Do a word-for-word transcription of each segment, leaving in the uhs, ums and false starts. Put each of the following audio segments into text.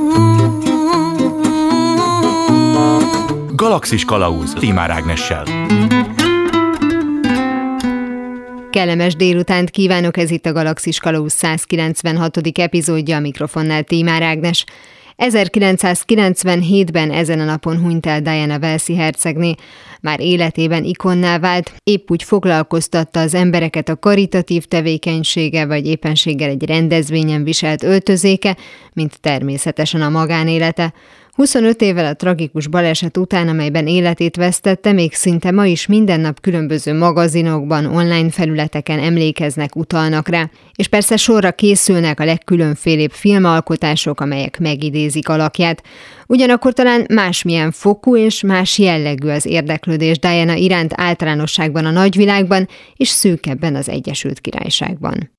Galaxis Kalauz Tímár Ágnessel. Kellemes délutánt kívánok, ez itt a Galaxis Kalauz százkilencvenhatodik epizódja, a mikrofonnál Tímár Ágnes. ezerkilencszázkilencvenhétben ezen a napon hunyt el Diana walesi hercegné. Már életében ikonná vált, épp úgy foglalkoztatta az embereket a karitatív tevékenysége, vagy éppenséggel egy rendezvényen viselt öltözéke, mint természetesen a magánélete. huszonöt évvel a tragikus baleset után, amelyben életét vesztette, még szinte ma is minden nap különböző magazinokban, online felületeken emlékeznek, utalnak rá. És persze sorra készülnek a legkülönfélébb filmalkotások, amelyek megidézik alakját. Ugyanakkor talán másmilyen fokú és más jellegű az érdeklődés Diana iránt általánosságban a nagyvilágban, és szűkebben az Egyesült Királyságban.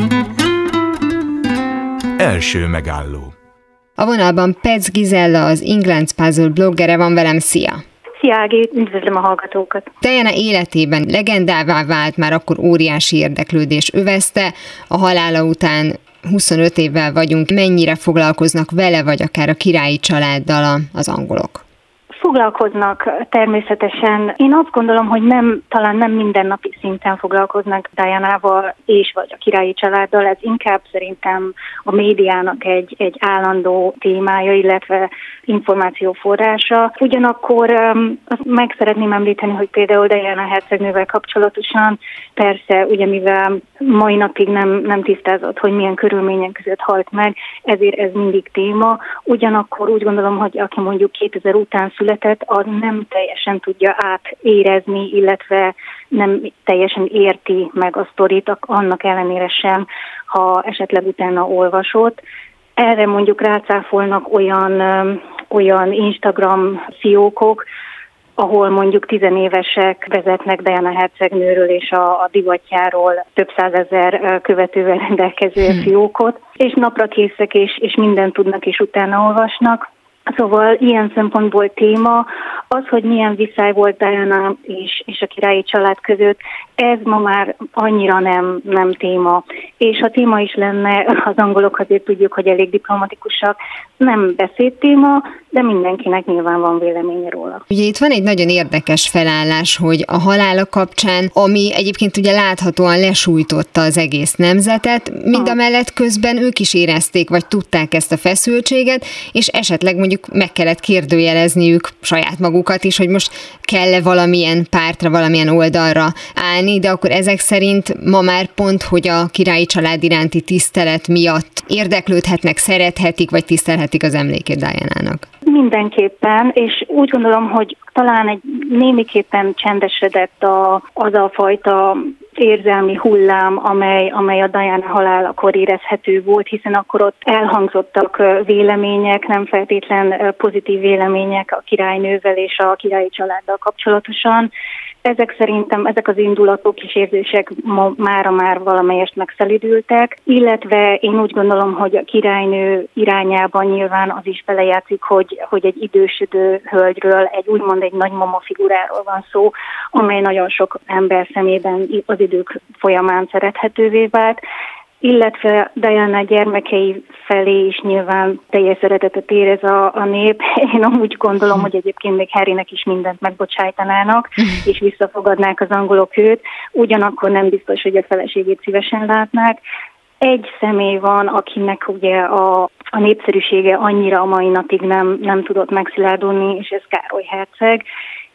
Első megálló. A vonalban Petz Gizella, az England's Puzzle bloggere van velem, szia! Szia Ági, üdvözlöm a hallgatókat! Diana életében legendává vált, már akkor óriási érdeklődés övezte, a halála után huszonöt évvel vagyunk, mennyire foglalkoznak vele, vagy akár a királyi családdal az angolok? Foglalkoznak természetesen. Én azt gondolom, hogy nem, talán nem mindennapi szinten foglalkoznak Dianával és vagy a királyi családdal, ez inkább szerintem a médiának egy, egy állandó témája, illetve információforrása. Ugyanakkor um, azt meg szeretném említeni, hogy például Diana hercegnővel kapcsolatosan persze, ugye mivel mai napig nem, nem tisztázott, hogy milyen körülmények között halt meg, ezért ez mindig téma. Ugyanakkor úgy gondolom, hogy aki mondjuk kétezer után született, az nem teljesen tudja átérezni, illetve nem teljesen érti meg a sztorit, annak ellenére sem, ha esetleg utána olvasott. Erre mondjuk rácáfolnak olyan, olyan Instagram fiókok, ahol mondjuk tizenévesek vezetnek Diana hercegnőről és a, a divatjáról több százezer követővel rendelkező hmm. fiókot, és napra készek, és, és mindent tudnak, és utána olvasnak. Szóval ilyen szempontból téma, az, hogy milyen viszály volt Diana és, és a királyi család között, ez ma már annyira nem, nem téma. És ha téma is lenne, az angolok azért tudjuk, hogy elég diplomatikusak, nem beszédtéma, de mindenkinek nyilván van véleménye róla. Ugye itt van egy nagyon érdekes felállás, hogy a halála kapcsán, ami egyébként ugye láthatóan lesújtotta az egész nemzetet, mindamellett közben ők is érezték, vagy tudták ezt a feszültséget, és esetleg mondjuk meg kellett kérdőjelezniük saját magukat is, hogy most kell-e valamilyen pártra, valamilyen oldalra állni, de akkor ezek szerint ma már pont, hogy a királyi család iránti tisztelet miatt érdeklődhetnek, szerethetik, vagy tisztelhetik az emlékét Dianának. Mindenképpen, és úgy gondolom, hogy talán egy némiképpen csendesedett a, az a fajta érzelmi hullám, amely, amely a Diana halálakor érezhető volt, hiszen akkor ott elhangzottak vélemények, nem feltétlen pozitív vélemények a királynővel és a királyi családdal kapcsolatosan. Ezek szerintem, ezek az indulatok és érzések ma, mára már valamelyest megszelidültek, illetve én úgy gondolom, hogy a királynő irányában nyilván az is belejátszik, hogy, hogy egy idősödő hölgyről, egy úgymond egy nagymama figuráról van szó, amely nagyon sok ember szemében az idők folyamán szerethetővé vált, illetve Diana gyermekei felé is nyilván teljes szeretetet érez a, a nép. Én úgy gondolom, hogy egyébként még Harrynek is mindent megbocsájtanának, és visszafogadnák az angolok őt, ugyanakkor nem biztos, hogy a feleségét szívesen látnák. Egy személy van, akinek ugye a, a népszerűsége annyira a mai napig nem, nem tudott megszilárdulni, és ez Károly herceg.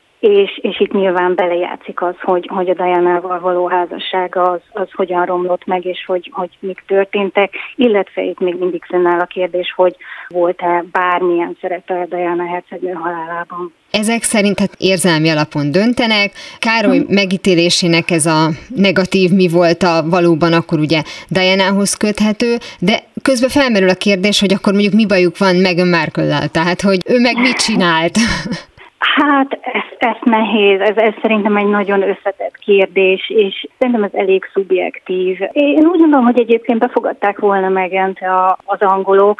És, és itt nyilván belejátszik az, hogy, hogy a Dianával való házassága az, az hogyan romlott meg, és hogy, hogy mik történtek, illetve itt még mindig fennáll a kérdés, hogy volt-e bármilyen szerepe Diana hercegnő halálában. Ezek szerint hát érzelmi alapon döntenek. Károly megítélésének ez a negatív mi volt a valóban akkor ugye Dianához köthető, de közben felmerül a kérdés, hogy akkor mondjuk mi bajuk van Meghan Markle-lel, tehát hogy ő meg mit csinált? Hát ez, ez nehéz, ez, ez szerintem egy nagyon összetett kérdés, és szerintem ez elég szubjektív. Én úgy gondolom, hogy egyébként befogadták volna Meghant az angolok,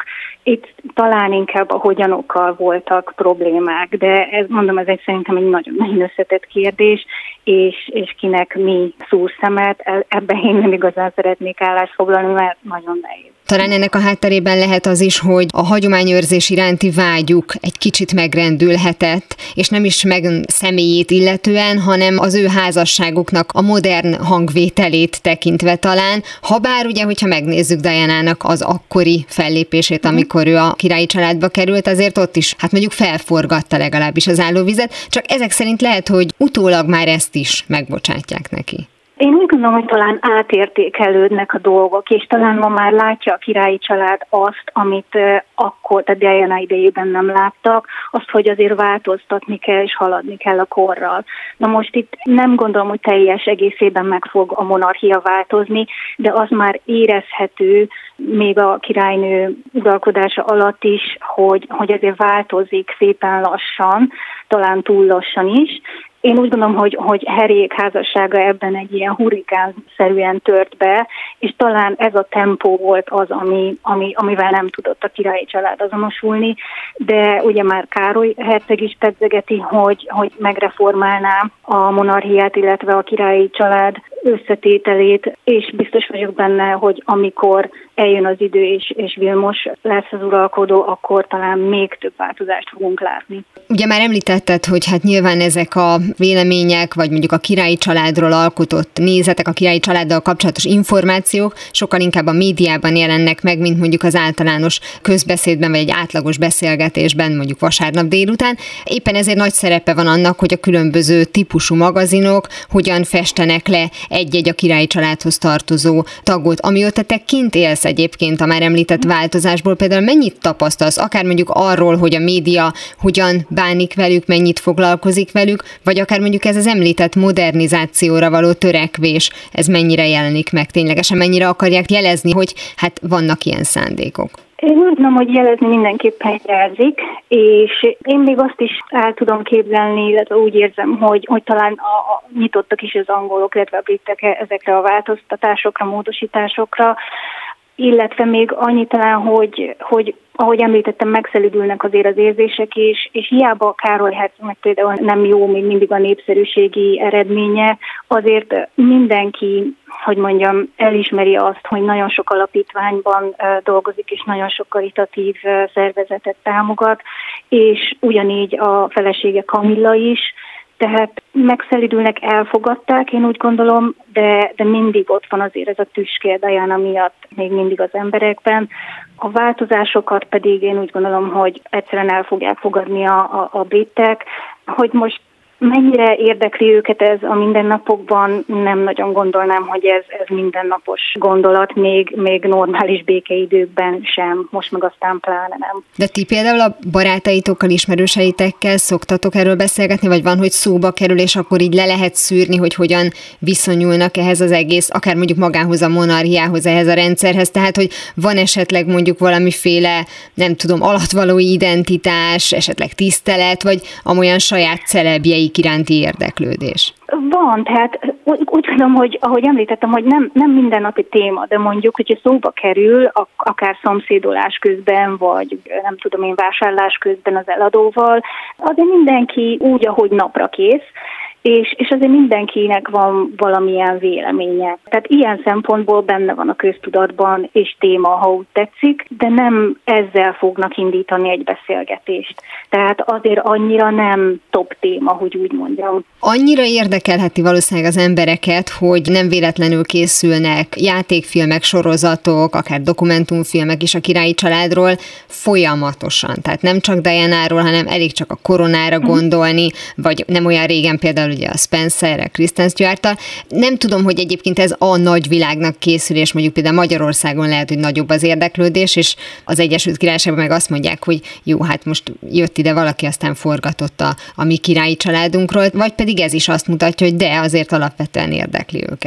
itt talán inkább a hogyanokkal voltak problémák, de ez, mondom, ez egy szerintem egy nagyon-nagyon összetett kérdés, és, és kinek mi szúr szemet, ebben én nem igazán szeretnék állást foglalni, mert nagyon nehéz. Talán ennek a hátterében lehet az is, hogy a hagyományőrzés iránti vágyuk egy kicsit megrendülhetett, és nem is meg személyét illetően, hanem az ő házasságuknak a modern hangvételét tekintve talán. Habár ugye, hogyha megnézzük Dianának az akkori fellépését, amikor ő a királyi családba került, azért ott is, hát mondjuk felforgatta legalábbis az állóvizet, csak ezek szerint lehet, hogy utólag már ezt is megbocsátják neki. Én úgy gondolom, hogy talán átértékelődnek a dolgok, és talán ma már látja a királyi család azt, amit akkor, tehát Diana idejében nem láttak, azt, hogy azért változtatni kell és haladni kell a korral. Na most itt nem gondolom, hogy teljes egészében meg fog a monarchia változni, de az már érezhető, még a királynő uralkodása alatt is, hogy, hogy azért változik szépen lassan, talán túl lassan is. Én úgy gondolom, hogy, hogy Harryék házassága ebben egy ilyen hurrikánszerűen tört be, és talán ez a tempó volt az, ami, ami, amivel nem tudott a királyi család azonosulni, de ugye már Károly herceg is pedzegeti, hogy, hogy megreformálná a monarchiát, illetve a királyi család összetételét, és biztos vagyok benne, hogy amikor eljön az idő, és, és Vilmos lesz az uralkodó, akkor talán még több változást fogunk látni. Ugye már említetted, hogy hát nyilván ezek a vélemények, vagy mondjuk a királyi családról alkotott nézetek, a királyi családdal kapcsolatos információk sokkal inkább a médiában jelennek meg, mint mondjuk az általános közbeszédben, vagy egy átlagos beszélgetésben, mondjuk vasárnap délután. Éppen ezért nagy szerepe van annak, hogy a különböző típusú magazinok hogyan festenek le egy-egy a királyi családhoz tartozó tagot. Amióta te kint élsz egyébként a már említett változásból, például mennyit tapasztalsz, akár mondjuk arról, hogy a média hogyan bánik velük, mennyit foglalkozik velük, vagy akár mondjuk ez az említett modernizációra való törekvés, ez mennyire jelenik meg ténylegesen, mennyire akarják jelezni, hogy hát vannak ilyen szándékok? Én úgy tudom, hogy jelezni mindenképpen jelzik, és én még azt is el tudom képzelni, illetve úgy érzem, hogy, hogy talán a, a, nyitottak is az angolok, illetve a britek ezekre a változtatásokra, módosításokra, illetve még annyi talán, hogy, hogy ahogy említettem, megszelidülnek azért az érzések is, és hiába Károly hercegnek például nem jó még mindig a népszerűségi eredménye, azért mindenki, hogy mondjam, elismeri azt, hogy nagyon sok alapítványban dolgozik, és nagyon sok karitatív szervezetet támogat, és ugyanígy a felesége Kamilla is, tehát megszelidülnek, elfogadták, én úgy gondolom, de, de mindig ott van azért ez a tüske Diana miatt még mindig az emberekben. A változásokat pedig én úgy gondolom, hogy egyszerűen el fogják fogadni a, a, a britek, hogy most mennyire érdekli őket ez a mindennapokban, nem nagyon gondolnám, hogy ez, ez mindennapos gondolat, még, még normális békeidőkben sem, most meg aztán pláne nem. De ti például a barátaitokkal, ismerőseitekkel szoktatok erről beszélgetni, vagy van, hogy szóba kerül, és akkor így le lehet szűrni, hogy hogyan viszonyulnak ehhez az egész, akár mondjuk magához, a monarchiához, ehhez a rendszerhez, tehát, hogy van esetleg mondjuk valamiféle, nem tudom, alattvalói identitás, esetleg tisztelet, vagy amolyan saját celebjei iránti érdeklődés? Van, tehát úgy, úgy gondolom, hogy ahogy említettem, hogy nem, nem mindennapi téma, de mondjuk, hogyha szóba kerül, akár szomszédolás közben, vagy nem tudom én, vásárlás közben az eladóval, azért mindenki úgy, ahogy napra kész, és, és azért mindenkinek van valamilyen véleménye. Tehát ilyen szempontból benne van a köztudatban, és téma, ha úgy tetszik, de nem ezzel fognak indítani egy beszélgetést. Tehát azért annyira nem top téma, hogy úgy mondjam. Annyira érdekelheti valószínűleg az embereket, hogy nem véletlenül készülnek játékfilmek, sorozatok, akár dokumentumfilmek is a királyi családról folyamatosan. Tehát nem csak Dianáról, hanem elég csak a koronára gondolni, vagy nem olyan régen például ugye a Spencerre, Kristen Stewart-tal. Nem tudom, hogy egyébként ez a nagyvilágnak készülés, mondjuk például Magyarországon lehet, hogy nagyobb az érdeklődés, és az Egyesült Királyságban meg azt mondják, hogy jó, hát most jött ide valaki, aztán forgatott a, a mi királyi családunkról, vagy pedig ez is azt mutatja, hogy de azért alapvetően érdekli őket.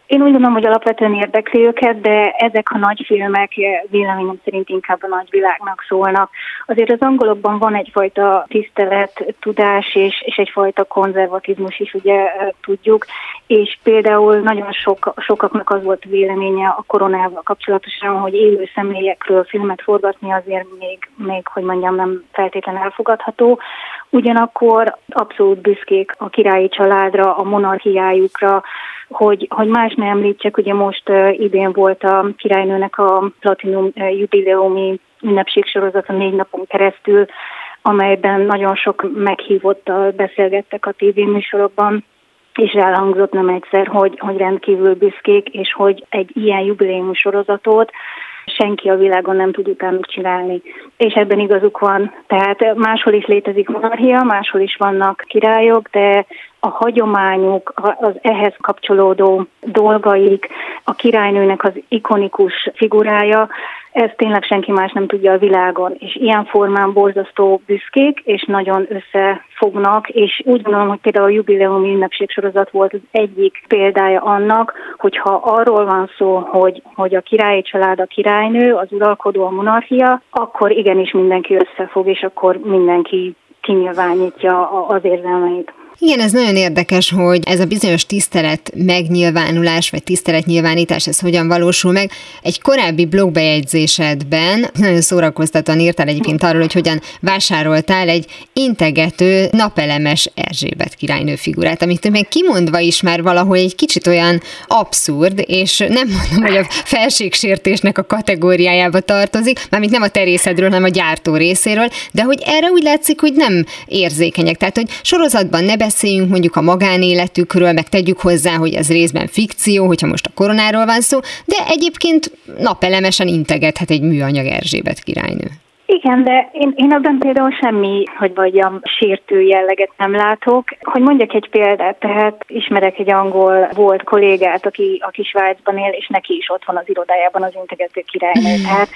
Én úgy gondolom, hogy alapvetően érdekli őket, de ezek a nagy filmek véleményem szerint inkább a nagyvilágnak szólnak. Azért az angolokban van egyfajta tisztelet, tudás és, és egyfajta konzervatizmus is, ugye tudjuk, és például nagyon sok, sokaknak az volt véleménye a koronával kapcsolatosan, hogy élő személyekről filmet forgatni azért még, még hogy mondjam, nem feltétlenül elfogadható. Ugyanakkor abszolút büszkék a királyi családra, a monarchiájukra, hogy, hogy más ne említsek, ugye most uh, idén volt a királynőnek a platinum uh, jubileumi ünnepségsorozata négy napon keresztül, amelyben nagyon sok meghívottal beszélgettek a tévéműsorokban, és elhangzott nem egyszer, hogy, hogy rendkívül büszkék, és hogy egy ilyen jubileumi sorozatot senki a világon nem tud utánuk csinálni. És ebben igazuk van. Tehát máshol is létezik monarchia, máshol is vannak királyok, de a hagyományuk, az ehhez kapcsolódó dolgaik, a királynőnek az ikonikus figurája, ezt tényleg senki más nem tudja a világon. És ilyen formán borzasztó büszkék, és nagyon összefognak, és úgy gondolom, hogy például a jubileumi ünnepségsorozat volt az egyik példája annak, hogyha arról van szó, hogy, hogy a királyi család, a királynő, az uralkodó, a monarchia, akkor igenis mindenki összefog, és akkor mindenki kinyilvánítja az érzelmeit. Igen, ez nagyon érdekes, hogy ez a bizonyos tisztelet megnyilvánulás, vagy tiszteletnyilvánítás, ez hogyan valósul meg. Egy korábbi blogbejegyzésedben nagyon szórakoztatóan írtál egyébként arról, hogy hogyan vásároltál egy integető napelemes Erzsébet királynő figurát, amit még kimondva is már valahol egy kicsit olyan abszurd, és nem mondom, hogy a felségsértésnek a kategóriájába tartozik, mármint nem a te részedről, hanem a gyártó részéről, de hogy erre úgy látszik, hogy nem érzékenyek. Tehát, hogy sorozatban ne beszéljünk mondjuk a magánéletükről, meg tegyük hozzá, hogy ez részben fikció, hogyha most a koronáról van szó, de egyébként napelemesen integethet egy műanyag Erzsébet királynő. Igen, de én, én abban például semmi, hogy mondjam, sértő jelleget nem látok. Hogy mondjak egy példát, tehát ismerek egy angol volt kollégát, aki, aki Svájcban él, és neki is ott van az irodájában az integető királynő. Tehát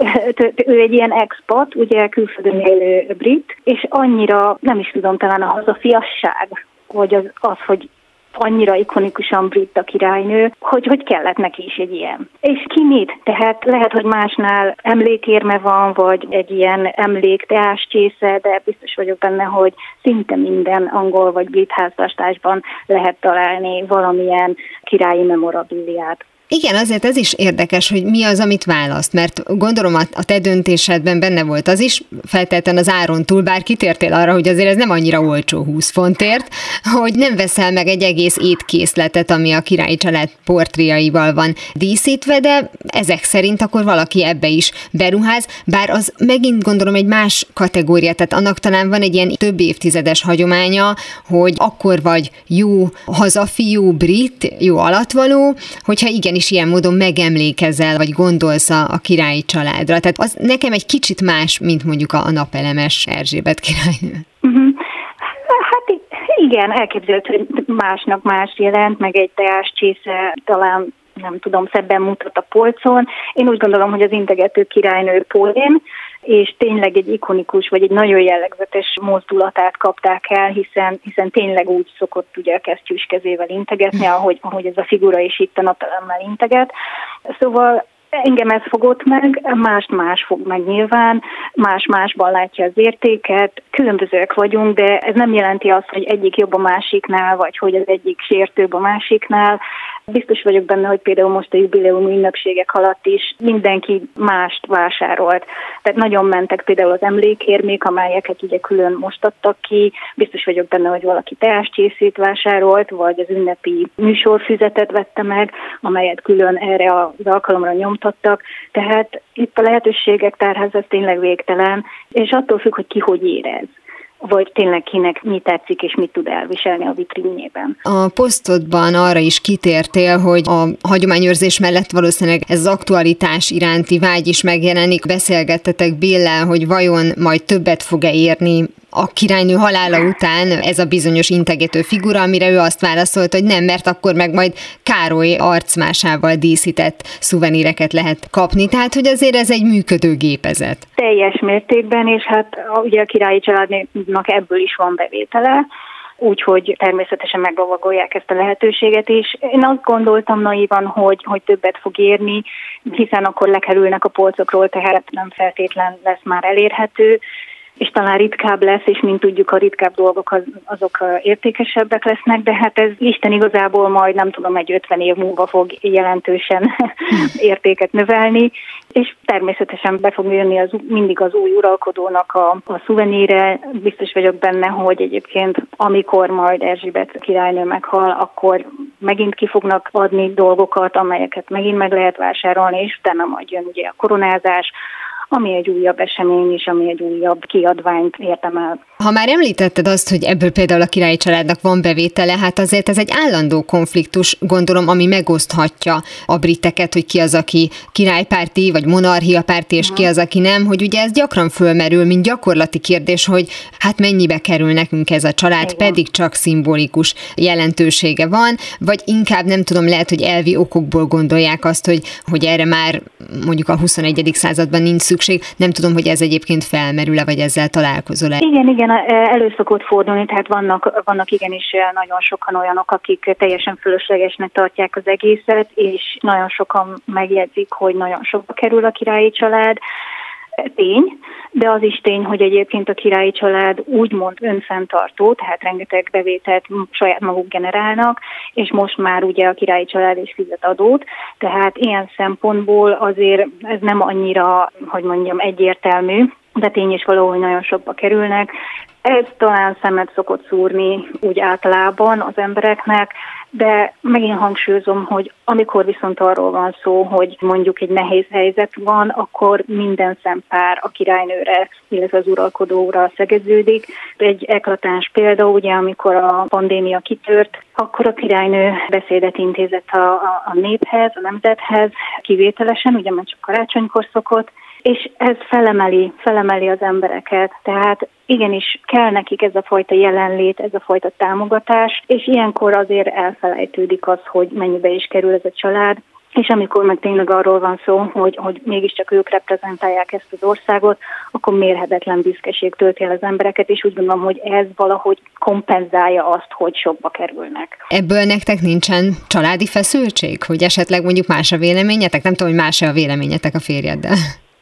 ő egy ilyen expat, ugye külföldön élő brit, és annyira, nem is tudom, talán a hazafiasság, vagy az, az hogy annyira ikonikusan brit a királynő, hogy, hogy kellett neki is egy ilyen. És ki mit? Tehát lehet, hogy másnál emlékérme van, vagy egy ilyen emlék teáscsésze, de biztos vagyok benne, hogy szinte minden angol vagy brit háztartásban lehet találni valamilyen királyi memorabiliát. Igen, azért ez is érdekes, hogy mi az, amit választ, mert gondolom a te döntésedben benne volt az is, feltétlenül az áron túl, bár kitértél arra, hogy azért ez nem annyira olcsó húsz fontért, hogy nem veszel meg egy egész étkészletet, ami a királyi család portréjaival van díszítve, de ezek szerint akkor valaki ebbe is beruház, bár az megint gondolom egy más kategória, tehát annak talán van egy ilyen több évtizedes hagyománya, hogy akkor vagy jó hazafiú brit, jó alattvaló, hogyha igen, is ilyen módon megemlékezel, vagy gondolsz a, a királyi családra. Tehát az nekem egy kicsit más, mint mondjuk a, a napelemes Erzsébet királynő. Uh-huh. Hát igen, elképzelhető, hogy másnak más jelent, meg egy teáscsésze talán nem tudom, szebben mutat a polcon. Én úgy gondolom, hogy az integető királynő Pauline, és tényleg egy ikonikus, vagy egy nagyon jellegzetes mozdulatát kapták el, hiszen, hiszen tényleg úgy szokott ugye a kesztyűs kezével integetni, ahogy, ahogy ez a figura is itt a napelemmel integet. Szóval engem ez fogott meg, mást más fog meg nyilván, más-másban látja az értéket, különbözőek vagyunk, de ez nem jelenti azt, hogy egyik jobb a másiknál, vagy hogy az egyik sértőbb a másiknál. Biztos vagyok benne, hogy például most a jubileumi ünnepségek alatt is mindenki mást vásárolt. Tehát nagyon mentek például az emlékérmék, amelyeket ugye külön most adtak ki. Biztos vagyok benne, hogy valaki teáscsészét vásárolt, vagy az ünnepi műsorfüzetet vette meg, amelyet külön erre az alkalomra nyomtattak. Tehát itt a lehetőségek tárház az tényleg végtelen, és attól függ, hogy ki hogy érez, vagy tényleg kinek mi tetszik és mit tud elviselni a vitrínjében. A posztodban arra is kitértél, hogy a hagyományőrzés mellett valószínűleg ez az aktualitás iránti vágy is megjelenik. Beszélgettetek Billel, hogy vajon majd többet fog-e érni a királynő halála után ez a bizonyos integető figura, amire ő azt válaszolt, hogy nem, mert akkor meg majd Károly arcmásával díszített szuveníreket lehet kapni. Tehát, hogy azért ez egy működő gépezet. Teljes mértékben, és hát ugye a királyi családnak ebből is van bevétele, úgyhogy természetesen meglovagolják ezt a lehetőséget is. Én azt gondoltam naívan, hogy, hogy többet fog érni, hiszen akkor lekerülnek a polcokról, tehát nem feltétlen lesz már elérhető, és talán ritkább lesz, és mint tudjuk, a ritkább dolgok az, azok értékesebbek lesznek, de hát ez Isten igazából majd nem tudom, egy ötven év múlva fog jelentősen értéket növelni, és természetesen be fog jönni az, mindig az új uralkodónak a, a szuveníre. Biztos vagyok benne, hogy egyébként amikor majd Erzsébet királynő meghal, akkor megint ki fognak adni dolgokat, amelyeket megint meg lehet vásárolni, és utána majd jön ugye a koronázás, ami egy újabb esemény is, ami egy újabb kiadványt érdemel. Ha már említetted azt, hogy ebből például a királyi családnak van bevétele, hát azért ez egy állandó konfliktus, gondolom, ami megoszthatja a briteket, hogy ki az, aki királypárti, vagy monarchiapárti, és ki az, aki nem, hogy ugye ez gyakran fölmerül, mint gyakorlati kérdés, hogy hát mennyibe kerül nekünk ez a család, igen, pedig csak szimbolikus jelentősége van, vagy inkább nem tudom, lehet, hogy elvi okokból gondolják azt, hogy, hogy erre már mondjuk a huszonegyedik században nincs szükség. Nem tudom, hogy ez egyébként felmerül-e, vagy ezzel találkozol-e. Igen, igen, elő szokott fordulni, tehát vannak, vannak igenis nagyon sokan olyanok, akik teljesen fölöslegesnek tartják az egészet, és nagyon sokan megjegyzik, hogy nagyon sokba kerül a királyi család. Tény, de az is tény, hogy egyébként a királyi család úgymond önfenntartó, tehát rengeteg bevételt saját maguk generálnak, és most már ugye a királyi család is fizet adót, tehát ilyen szempontból azért ez nem annyira, hogy mondjam, egyértelmű, de tény is való, hogy nagyon sokba kerülnek. Ez talán szemet szokott szúrni úgy általában az embereknek, de megint hangsúlyozom, hogy amikor viszont arról van szó, hogy mondjuk egy nehéz helyzet van, akkor minden szempár a királynőre, illetve az uralkodóra szegeződik. Egy eklatáns példa, ugye, amikor a pandémia kitört, akkor a királynő beszédet intézett a, a, a néphez, a nemzethez, kivételesen, ugye már csak karácsonykor szokott, és ez felemeli, felemeli az embereket, tehát igenis kell nekik ez a fajta jelenlét, ez a fajta támogatás, és ilyenkor azért elfelejtődik az, hogy mennyibe is kerül ez a család, és amikor meg tényleg arról van szó, hogy, hogy mégiscsak ők reprezentálják ezt az országot, akkor mérhetetlen büszkeség tölti el az embereket, és úgy gondolom, hogy ez valahogy kompenzálja azt, hogy sokba kerülnek. Ebből nektek nincsen családi feszültség, hogy esetleg mondjuk más a véleményetek? Nem tudom, hogy más-e a véleményetek a férjeddel.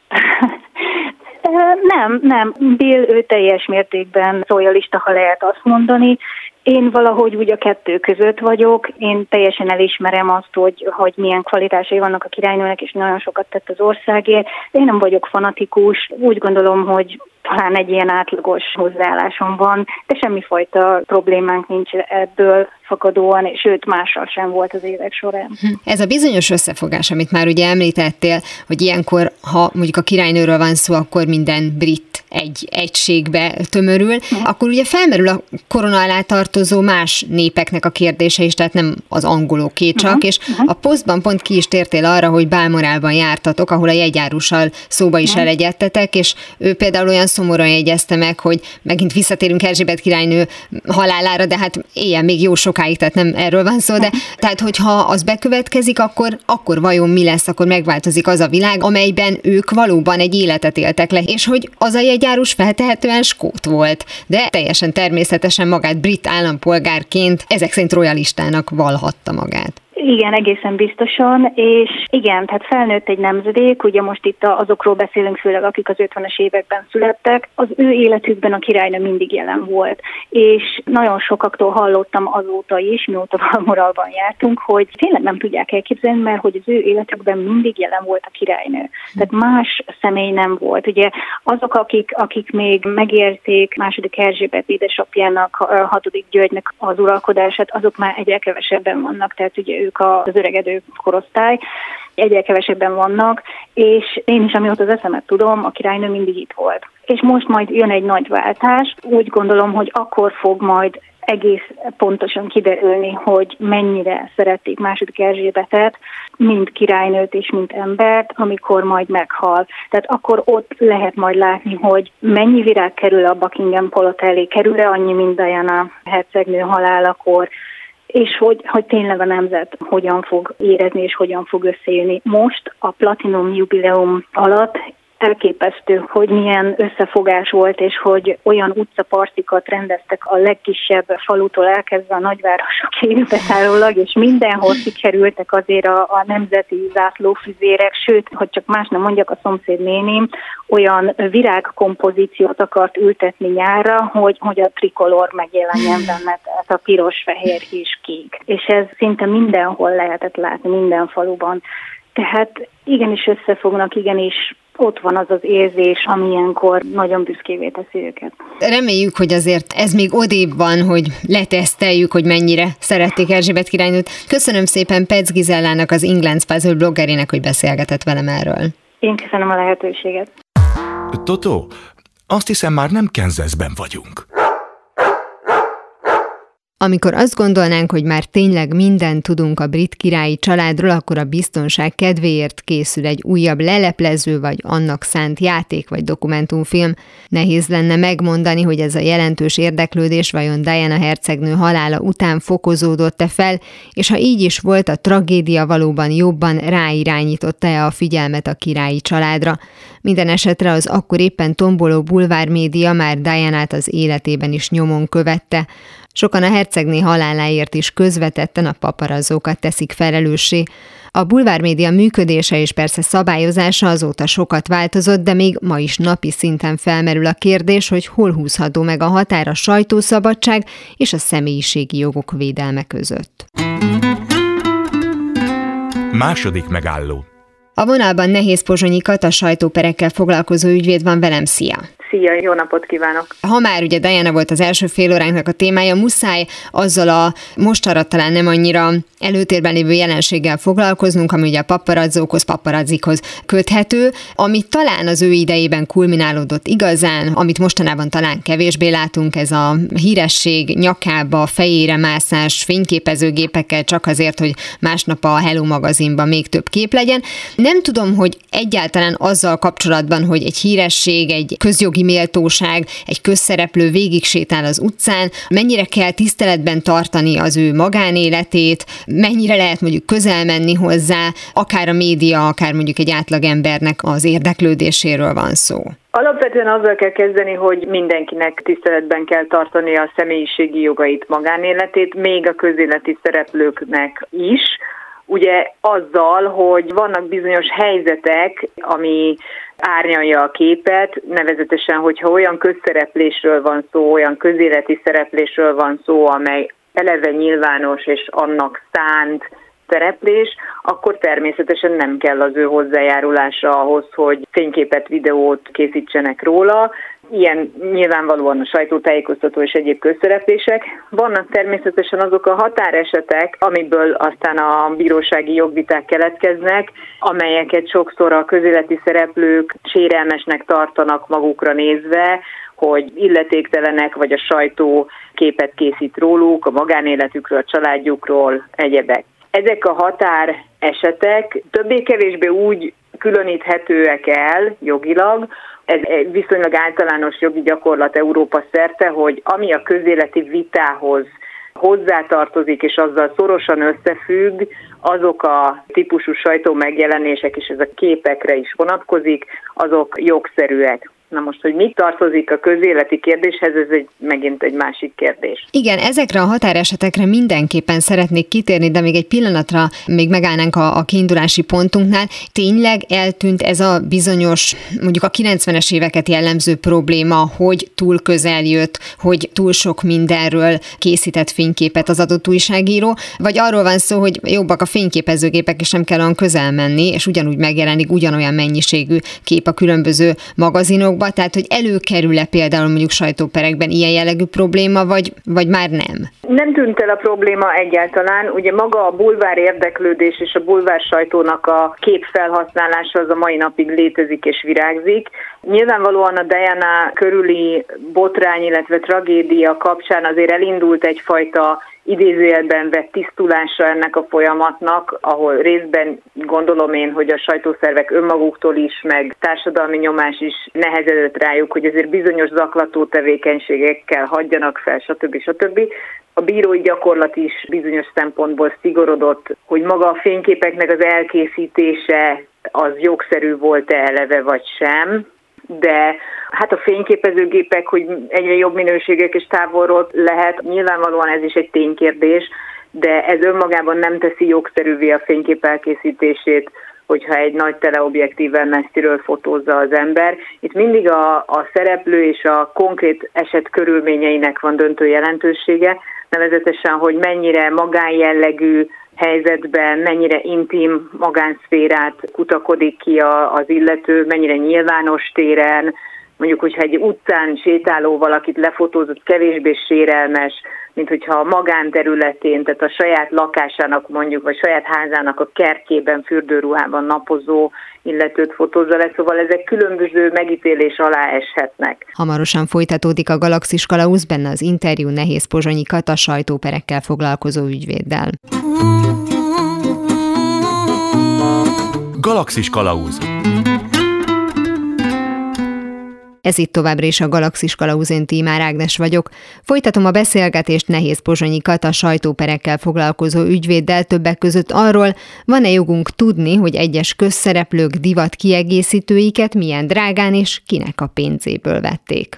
Nem, nem. Bill, ő teljes mértékben royalista, ha lehet azt mondani. Én valahogy úgy a kettő között vagyok. Én teljesen elismerem azt, hogy, hogy milyen kvalitásai vannak a királynőnek, és nagyon sokat tett az országért. Én nem vagyok fanatikus. Úgy gondolom, hogy talán egy ilyen átlagos hozzáállásom van, de semmifajta problémánk nincs ebből fakadóan, és sőt, mással sem volt az évek során. Ez a bizonyos összefogás, amit már ugye említettél, hogy ilyenkor, ha mondjuk a királynőről van szó, akkor minden brit egy egységbe tömörül, uh-huh. akkor ugye felmerül a korona alá tartozó más népeknek a kérdése is, tehát nem az angoloké csak, uh-huh. és uh-huh. a posztban pont ki is tértél arra, hogy Balmoralban jártatok, ahol a jegyárussal szóba is uh-huh. elegyedtetek, és ő például olyan szomorúan jegyezte meg, hogy megint visszatérünk Erzsébet királynő halálára, de hát éljen még jó sokáig, tehát nem erről van szó, de tehát hogyha az bekövetkezik, akkor, akkor vajon mi lesz, akkor megváltozik az a világ, amelyben ők valóban egy életet éltek le, és hogy az a jegyárus feltehetően skót volt, de teljesen természetesen magát brit állampolgárként ezek szerint royalistának vallhatta magát. Igen, egészen biztosan, és igen, tehát felnőtt egy nemzedék, ugye most itt azokról beszélünk főleg, akik az ötvenes években születtek, az ő életükben a királynő mindig jelen volt, és nagyon sokaktól hallottam azóta is, mióta Balmoralban jártunk, hogy tényleg nem tudják elképzelni, mert hogy az ő életükben mindig jelen volt a királynő. Tehát más személy nem volt. Ugye azok, akik, akik még megérték második Erzsébet édesapjának, hatodik Györgynek az uralkodását, azok már egyre kevesebben vannak, tehát ugye ők az öregedő korosztály, egyre kevesebben vannak, és én is, amióta az eszemet tudom, a királynő mindig itt volt. És most majd jön egy nagy váltás, úgy gondolom, hogy akkor fog majd egész pontosan kiderülni, hogy mennyire szerették második Erzsébetet, mint királynőt és mint embert, amikor majd meghal. Tehát akkor ott lehet majd látni, hogy mennyi virág kerül a Buckingham palota elé, kerül-e annyi, mint Diana hercegnő halálakor, és hogy, hogy tényleg a nemzet hogyan fog érezni és hogyan fog összejönni. Most a Platinum jubileum alatt elképesztő, hogy milyen összefogás volt, és hogy olyan utcapartikat rendeztek a legkisebb falutól elkezdve a nagyvárosokig beszállólag, és mindenhol kikerültek azért a, a nemzeti zászlófüzérek, sőt, hogy csak más nem mondjak, a szomszéd néném olyan virágkompozíciót akart ültetni nyárra, hogy, hogy a trikolor megjelenjen benne, tehát a piros, fehér és kék. És ez szinte mindenhol lehetett látni, minden faluban. Tehát igenis összefognak, igenis ott van az az érzés, ami ilyenkor nagyon büszkévé teszi őket. Reméljük, hogy azért ez még odébb van, hogy leteszteljük, hogy mennyire szerették Erzsébet királynőt. Köszönöm szépen Petz Gizellának, az England's Puzzle bloggerének, hogy beszélgetett velem erről. Én köszönöm a lehetőséget. Totó, azt hiszem már nem Kansasben vagyunk. Amikor azt gondolnánk, hogy már tényleg mindent tudunk a brit királyi családról, akkor a biztonság kedvéért készül egy újabb leleplező, vagy annak szánt játék vagy dokumentumfilm. Nehéz lenne megmondani, hogy ez a jelentős érdeklődés vajon Diana hercegnő halála után fokozódott-e fel, és ha így is volt, a tragédia valóban jobban ráirányította-e a figyelmet a királyi családra. Minden esetre az akkor éppen tomboló bulvármédia már Dianát az életében is nyomon követte. Sokan a hercegné haláláért is közvetetten a paparazzókat teszik felelőssé. A bulvármédia működése és persze szabályozása azóta sokat változott, de még ma is napi szinten felmerül a kérdés, hogy hol húzható meg a határ a sajtószabadság és a személyiségi jogok védelme között. Második megálló. A vonalban Nehéz Pozsonyi Kata sajtóperekkel foglalkozó ügyvéd van velem, szia! Szia, jó napot kívánok! Ha már ugye Diana volt az első fél óránknak a témája, muszáj azzal a mostanra talán nem annyira előtérben lévő jelenséggel foglalkoznunk, ami ugye a paparazzókhoz, paparazzikhoz köthető, ami talán az ő idejében kulminálódott igazán, amit mostanában talán kevésbé látunk, ez a híresség nyakába, fejére mászás fényképezőgépekkel csak azért, hogy másnap a Hello magazinban még több kép legyen. Nem tudom, hogy egyáltalán azzal kapcsolatban, hogy egy híresség, egy közjogi méltóság, egy közszereplő végig sétál az utcán, mennyire kell tiszteletben tartani az ő magánéletét, mennyire lehet mondjuk közel menni hozzá, akár a média, akár mondjuk egy átlagembernek az érdeklődéséről van szó. Alapvetően azzal kell kezdeni, hogy mindenkinek tiszteletben kell tartani a személyiségi jogait, magánéletét, még a közéleti szereplőknek is. Ugye azzal, hogy vannak bizonyos helyzetek, ami árnyalja a képet, nevezetesen, hogyha olyan közszereplésről van szó, olyan közéleti szereplésről van szó, amely eleve nyilvános és annak szánt szereplés, akkor természetesen nem kell az ő hozzájárulása ahhoz, hogy fényképet, videót készítsenek róla. Ilyen nyilvánvalóan a sajtótájékoztató és egyéb közszereplések. Vannak természetesen azok a határesetek, amiből aztán a bírósági jogviták keletkeznek, amelyeket sokszor a közéleti szereplők sérelmesnek tartanak magukra nézve, hogy illetéktelenek, vagy a sajtó képet készít róluk, a magánéletükről, a családjukról, egyebek. Ezek a határesetek többé-kevésbé úgy különíthetőek el jogilag, ez viszonylag általános jogi gyakorlat Európa szerte, hogy ami a közéleti vitához hozzátartozik és azzal szorosan összefügg, azok a típusú sajtó megjelenések, és ez a képekre is vonatkozik, azok jogszerűek. Na most, hogy mit tartozik a közéleti kérdéshez, ez egy, megint egy másik kérdés. Igen, ezekre a határesetekre mindenképpen szeretnék kitérni, de még egy pillanatra még megállnánk a, a kiindulási pontunknál. Tényleg eltűnt ez a bizonyos, mondjuk a kilencvenes éveket jellemző probléma, hogy túl közel jött, hogy túl sok mindenről készített fényképet az adott újságíró, vagy arról van szó, hogy jobbak a fényképezőgépek, és nem kell olyan közel menni, és ugyanúgy megjelenik ugyanolyan mennyiségű kép a különböző magazinokban. Tehát, hogy előkerül-e például mondjuk sajtóperekben ilyen jellegű probléma, vagy, vagy már nem? Nem tűnt el a probléma egyáltalán. Ugye maga a bulvár érdeklődés és a bulvár sajtónak a képfelhasználása az a mai napig létezik és virágzik. Nyilvánvalóan a Diana körüli botrány, illetve tragédia kapcsán azért elindult egyfajta idézőjelben vett tisztulása ennek a folyamatnak, ahol részben gondolom én, hogy a sajtószervek önmaguktól is, meg társadalmi nyomás is nehezedett rájuk, hogy azért bizonyos zaklató tevékenységekkel hagyjanak fel, stb. stb. A bírói gyakorlat is bizonyos szempontból szigorodott, hogy maga a fényképeknek az elkészítése az jogszerű volt-e eleve vagy sem, de hát a fényképezőgépek, hogy egyre jobb minőségek és távolról lehet, nyilvánvalóan ez is egy ténykérdés, de ez önmagában nem teszi jogszerűvé a fénykép elkészítését, hogyha egy nagy teleobjektívvel messziről fotózza az ember. Itt mindig a, a szereplő és a konkrét eset körülményeinek van döntő jelentősége, nevezetesen, hogy mennyire magánjellegű helyzetben, mennyire intim magánszférát kutakodik ki az illető, mennyire nyilvános téren, mondjuk, hogyha egy utcán sétáló valakit lefotózott, kevésbé sérelmes, mint hogyha a magánterületén, tehát a saját lakásának mondjuk, vagy saját házának a kertjében, fürdőruhában napozó illetőt fotózza le, szóval ezek különböző megítélés alá eshetnek. Hamarosan folytatódik a Galaxis Kalauz, benne az interjú Nehéz Pozsonyi Kata sajtóperekkel foglalkozó ügyvéddel. Galaxis Kalauz. Ez itt továbbra is a Galaxis Kalauz, én Tímár Ágnes vagyok. Folytatom a beszélgetést Nehéz Pozsonyi Kata sajtóperekkel foglalkozó ügyvéddel, többek között arról, van-e jogunk tudni, hogy egyes közszereplők divat kiegészítőiket milyen drágán és kinek a pénzéből vették.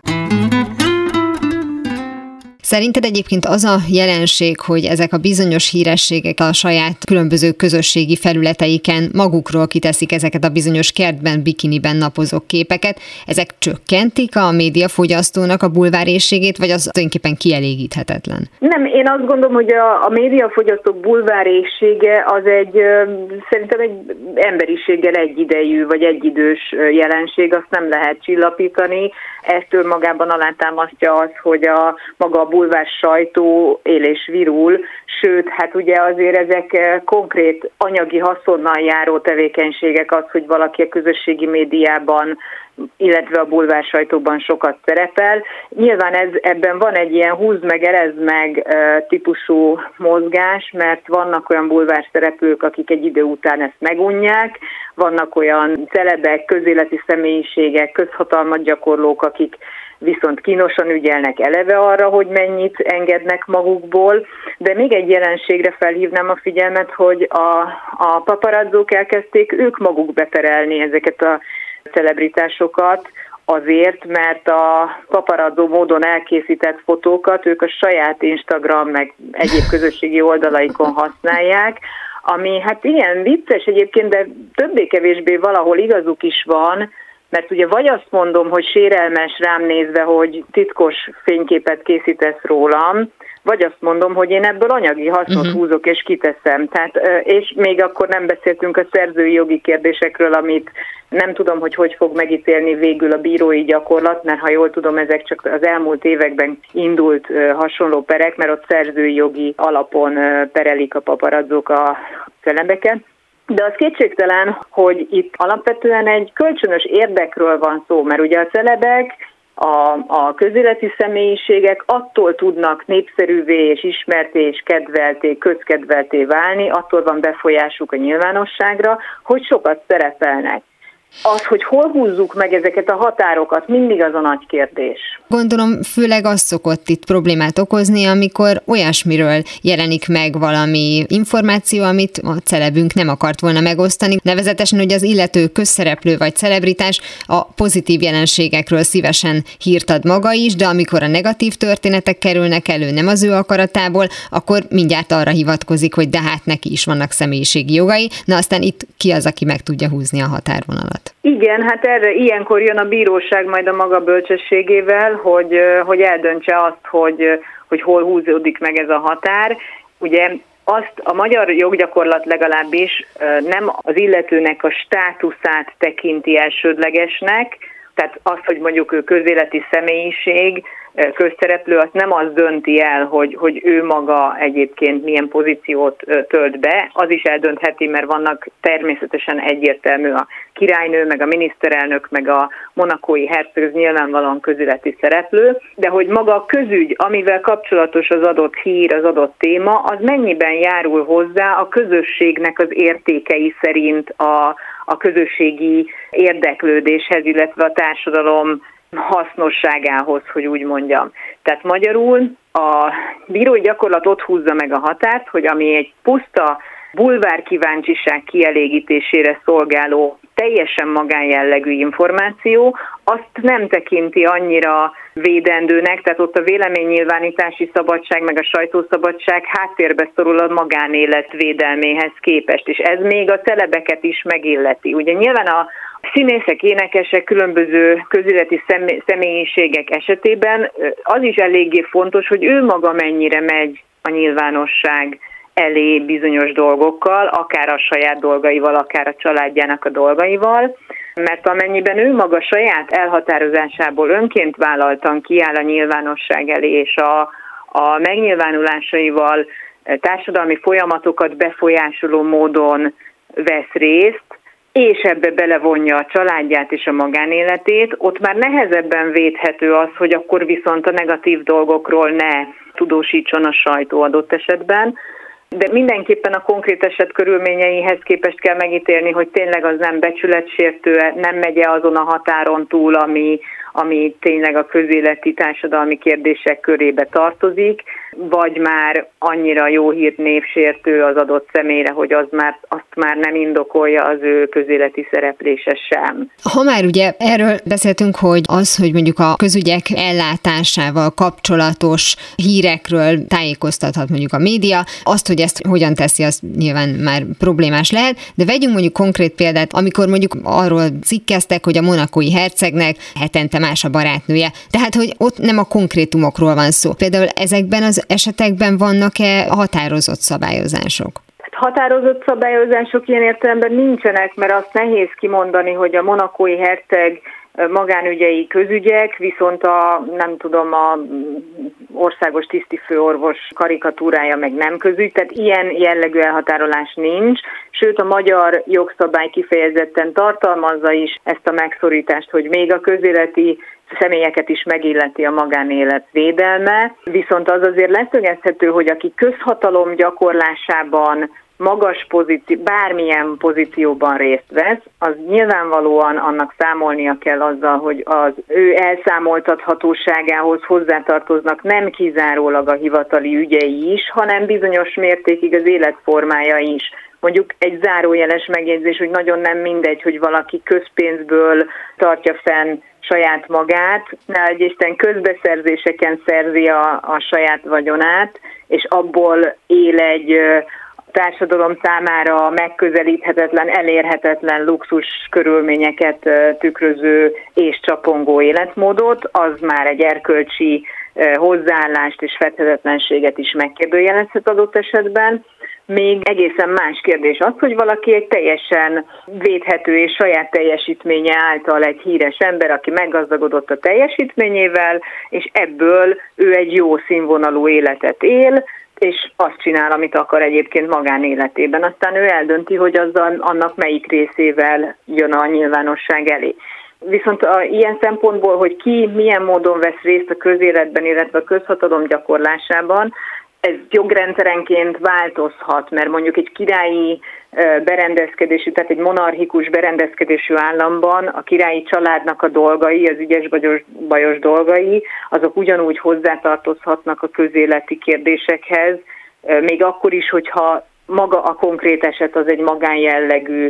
Szerinted egyébként az a jelenség, hogy ezek a bizonyos hírességek a saját különböző közösségi felületeiken magukról kiteszik ezeket a bizonyos kertben, bikiniben napozó képeket, ezek csökkentik a médiafogyasztónak a bulvárésségét, vagy az tulajdonképpen kielégíthetetlen? Nem, én azt gondolom, hogy a, a médiafogyasztók bulváréssége az egy, szerintem egy emberiséggel egyidejű, vagy egyidős jelenség, azt nem lehet csillapítani. Ezt magában alátámasztja az, hogy a maga a bulvár sajtó él és virul, sőt, hát ugye azért ezek konkrét anyagi haszonnal járó tevékenységek, az, hogy valaki a közösségi médiában, illetve a bulvár sajtóban sokat szerepel. Nyilván ez, ebben van egy ilyen húzd meg, erezd meg típusú mozgás, mert vannak olyan bulvár szereplők, akik egy idő után ezt megunják, vannak olyan celebek, közéleti személyiségek, közhatalmat gyakorlók, akik viszont kínosan ügyelnek eleve arra, hogy mennyit engednek magukból, de még egy jelenségre felhívnám a figyelmet, hogy a, a paparazzók elkezdték ők maguk beperelni ezeket a celebritásokat, azért, mert a paparazzó módon elkészített fotókat ők a saját Instagram meg egyéb közösségi oldalaikon használják, ami hát ilyen vicces egyébként, de többé-kevésbé valahol igazuk is van, mert ugye vagy azt mondom, hogy sérelmes rám nézve, hogy titkos fényképet készítesz rólam, vagy azt mondom, hogy én ebből anyagi hasznot uh-huh. húzok és kiteszem. Tehát, és még akkor nem beszéltünk a szerzői jogi kérdésekről, amit nem tudom, hogy hogy fog megítélni végül a bírói gyakorlat, mert ha jól tudom, ezek csak az elmúlt években indult hasonló perek, mert ott szerzői jogi alapon perelik a paparazzók a celebeket. De az kétségtelen, hogy itt alapvetően egy kölcsönös érdekről van szó, mert ugye a celebek, a, a közéleti személyiségek attól tudnak népszerűvé és ismerté és kedvelté, közkedvelté válni, attól van befolyásuk a nyilvánosságra, hogy sokat szerepelnek. Az, hogy hol húzzuk meg ezeket a határokat, mindig az a nagy kérdés. Gondolom, főleg az szokott itt problémát okozni, amikor olyasmiről jelenik meg valami információ, amit a celebünk nem akart volna megosztani. Nevezetesen, hogy az illető közszereplő vagy celebritás a pozitív jelenségekről szívesen hírt ad maga is, de amikor a negatív történetek kerülnek elő nem az ő akaratából, akkor mindjárt arra hivatkozik, hogy de hát neki is vannak személyiségi jogai. Na aztán itt ki az, aki meg tudja húzni a határvonalat? Igen, hát erre ilyenkor jön a bíróság majd a maga bölcsességével, hogy, hogy eldöntse azt, hogy, hogy hol húzódik meg ez a határ. Ugye azt a magyar joggyakorlat legalábbis nem az illetőnek a státuszát tekinti elsődlegesnek, tehát az, hogy mondjuk ő közéleti személyiség, közszereplő, azt nem az dönti el, hogy, hogy ő maga egyébként milyen pozíciót tölt be, az is eldöntheti, mert vannak természetesen egyértelmű a királynő, meg a miniszterelnök, meg a monakói herceg, ez nyilvánvalóan közéleti szereplő, de hogy maga a közügy, amivel kapcsolatos az adott hír, az adott téma, az mennyiben járul hozzá a közösségnek az értékei szerint a, a közösségi érdeklődéshez, illetve a társadalom hasznosságához, hogy úgy mondjam. Tehát magyarul a bírói gyakorlat ott húzza meg a határt, hogy ami egy puszta bulvár kíváncsiság kielégítésére szolgáló teljesen magánjellegű információ, azt nem tekinti annyira védendőnek, tehát ott a véleménynyilvánítási szabadság meg a sajtószabadság háttérbe szorul a magánélet védelméhez képest, és ez még a celebeket is megilleti. Ugye nyilván a színészek, énekesek, különböző közéleti személyiségek esetében az is eléggé fontos, hogy ő maga mennyire megy a nyilvánosság elé bizonyos dolgokkal, akár a saját dolgaival, akár a családjának a dolgaival, mert amennyiben ő maga saját elhatározásából önként vállaltan kiáll a nyilvánosság elé, és a, a megnyilvánulásaival társadalmi folyamatokat befolyásoló módon vesz részt, és ebbe belevonja a családját és a magánéletét, ott már nehezebben védhető az, hogy akkor viszont a negatív dolgokról ne tudósítson a sajtó adott esetben. De mindenképpen a konkrét eset körülményeihez képest kell megítélni, hogy tényleg az nem becsületsértő, nem megy azon a határon túl, ami, ami tényleg a közéleti társadalmi kérdések körébe tartozik, vagy már annyira jó hírt névsértő az adott személyre, hogy az már, azt már nem indokolja az ő közéleti szereplése sem. Ha már ugye erről beszéltünk, hogy az, hogy mondjuk a közügyek ellátásával kapcsolatos hírekről tájékoztathat mondjuk a média, azt, hogy ezt hogyan teszi, az nyilván már problémás lehet, de vegyünk mondjuk konkrét példát, amikor mondjuk arról cikkeztek, hogy a monacói hercegnek hetente más a barátnője. Tehát, hogy ott nem a konkrétumokról van szó. Például ezekben az esetekben vannak-e határozott szabályozások? Határozott szabályozások ilyen értelemben nincsenek, mert azt nehéz kimondani, hogy a monacói herceg magánügyei közügyek, viszont a, nem tudom, a országos tisztifőorvos karikatúrája meg nem közügy, tehát ilyen jellegű elhatárolás nincs, sőt a magyar jogszabály kifejezetten tartalmazza is ezt a megszorítást, hogy még a közéleti személyeket is megilleti a magánélet védelme, viszont az azért leszögezhető, hogy aki közhatalom gyakorlásában magas pozíció, bármilyen pozícióban részt vesz, az nyilvánvalóan annak számolnia kell azzal, hogy az ő elszámoltathatóságához hozzátartoznak nem kizárólag a hivatali ügyei is, hanem bizonyos mértékig az életformája is. Mondjuk egy zárójeles megjegyzés, hogy nagyon nem mindegy, hogy valaki közpénzből tartja fenn saját magát, egy Isten közbeszerzéseken szerzi a, a saját vagyonát, és abból él egy társadalom számára megközelíthetetlen, elérhetetlen luxus körülményeket tükröző és csapongó életmódot, az már egy erkölcsi hozzáállást és fedhetetlenséget is megkérdőjelezhet adott esetben. Még egészen más kérdés az, hogy valaki egy teljesen védhető és saját teljesítménye által egy híres ember, aki meggazdagodott a teljesítményével, és ebből ő egy jó színvonalú életet él, és azt csinál, amit akar egyébként magánéletében. Aztán ő eldönti, hogy azzal, annak melyik részével jön a nyilvánosság elé. Viszont a, ilyen szempontból, hogy ki milyen módon vesz részt a közéletben, illetve a közhatalom gyakorlásában, ez jogrendszerenként változhat, mert mondjuk egy királyi berendezkedésű, tehát egy monarchikus berendezkedésű államban a királyi családnak a dolgai, az ügyes-bajos bajos dolgai, azok ugyanúgy hozzátartozhatnak a közéleti kérdésekhez, még akkor is, hogyha maga a konkrét eset az egy magánjellegű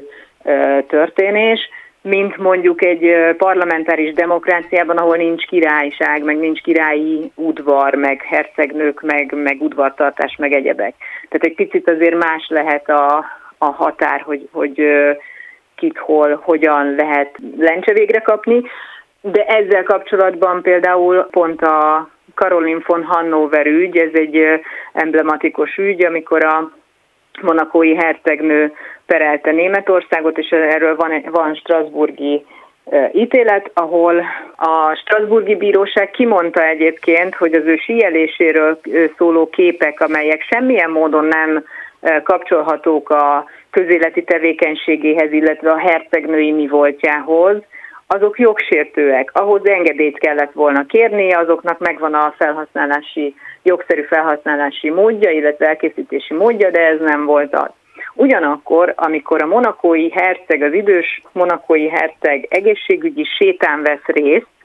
történés, mint mondjuk egy parlamentáris demokráciában, ahol nincs királyság, meg nincs királyi udvar, meg hercegnők, meg, meg udvartartás, meg egyebek. Tehát egy picit azért más lehet a, a határ, hogy, hogy kit, hol, hogyan lehet lencse végre kapni, de ezzel kapcsolatban például pont a Caroline von Hannover ügy, ez egy emblematikus ügy, amikor a monacói hercegnő perelte Németországot, és erről van, van strasbourgi ítélet, ahol a strasbourgi bíróság kimondta egyébként, hogy az ő síeléséről szóló képek, amelyek semmilyen módon nem kapcsolhatók a közéleti tevékenységéhez, illetve a hercegnői mi voltjához, azok jogsértőek. Ahhoz engedélyt kellett volna kérni, azoknak megvan a felhasználási, jogszerű felhasználási módja, illetve elkészítési módja, de ez nem volt az. Ugyanakkor, amikor a monacói herceg, az idős monacói herceg egészségügyi sétán vesz részt,